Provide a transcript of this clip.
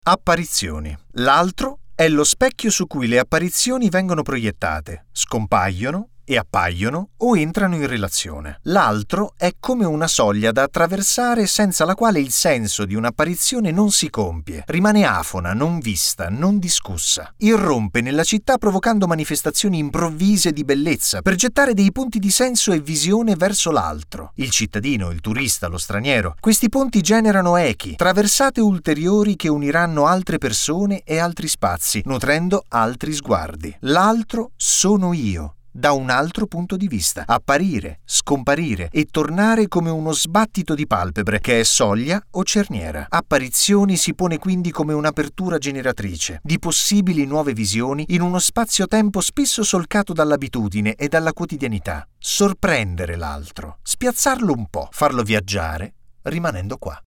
Apparizioni. L'altro è lo specchio su cui le apparizioni vengono proiettate, scompaiono e appaiono o entrano in relazione. L'altro è come una soglia da attraversare senza la quale il senso di un'apparizione non si compie, rimane afona, non vista, non discussa. Irrompe nella città provocando manifestazioni improvvise di bellezza per gettare dei ponti di senso e visione verso l'altro. Il cittadino, il turista, lo straniero. Questi ponti generano echi, traversate ulteriori che uniranno altre persone e altri spazi, nutrendo altri sguardi. L'altro sono io. Da un altro punto di vista, apparire, scomparire e tornare come uno sbattito di palpebre che è soglia o cerniera. Apparizioni si pone quindi come un'apertura generatrice di possibili nuove visioni in uno spazio-tempo spesso solcato dall'abitudine e dalla quotidianità. Sorprendere l'altro, spiazzarlo un po', farlo viaggiare, rimanendo qua.